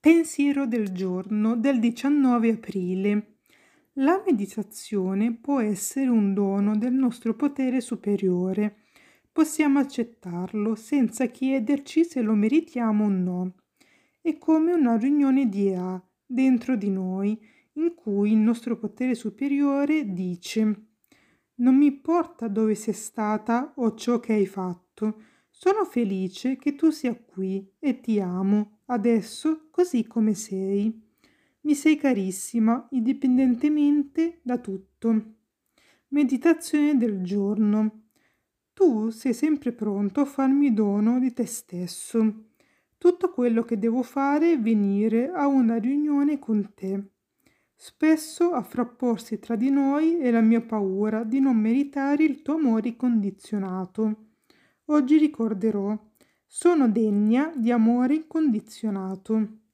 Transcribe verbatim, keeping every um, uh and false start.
Pensiero del giorno del diciannove aprile. La meditazione può essere un dono del nostro potere superiore. Possiamo accettarlo senza chiederci se lo meritiamo o no. È come una riunione di E A dentro di noi, in cui il nostro potere superiore dice: non mi importa dove sei stata o ciò che hai fatto. Sono felice che tu sia qui e ti amo, adesso così come sei. Mi sei carissima, indipendentemente da tutto. Meditazione del giorno. Tu sei sempre pronto a farmi dono di te stesso. Tutto quello che devo fare è venire a una riunione con te. Spesso a frapporsi tra di noi è la mia paura di non meritare il tuo amore incondizionato. Oggi ricorderò: sono degna di amore incondizionato.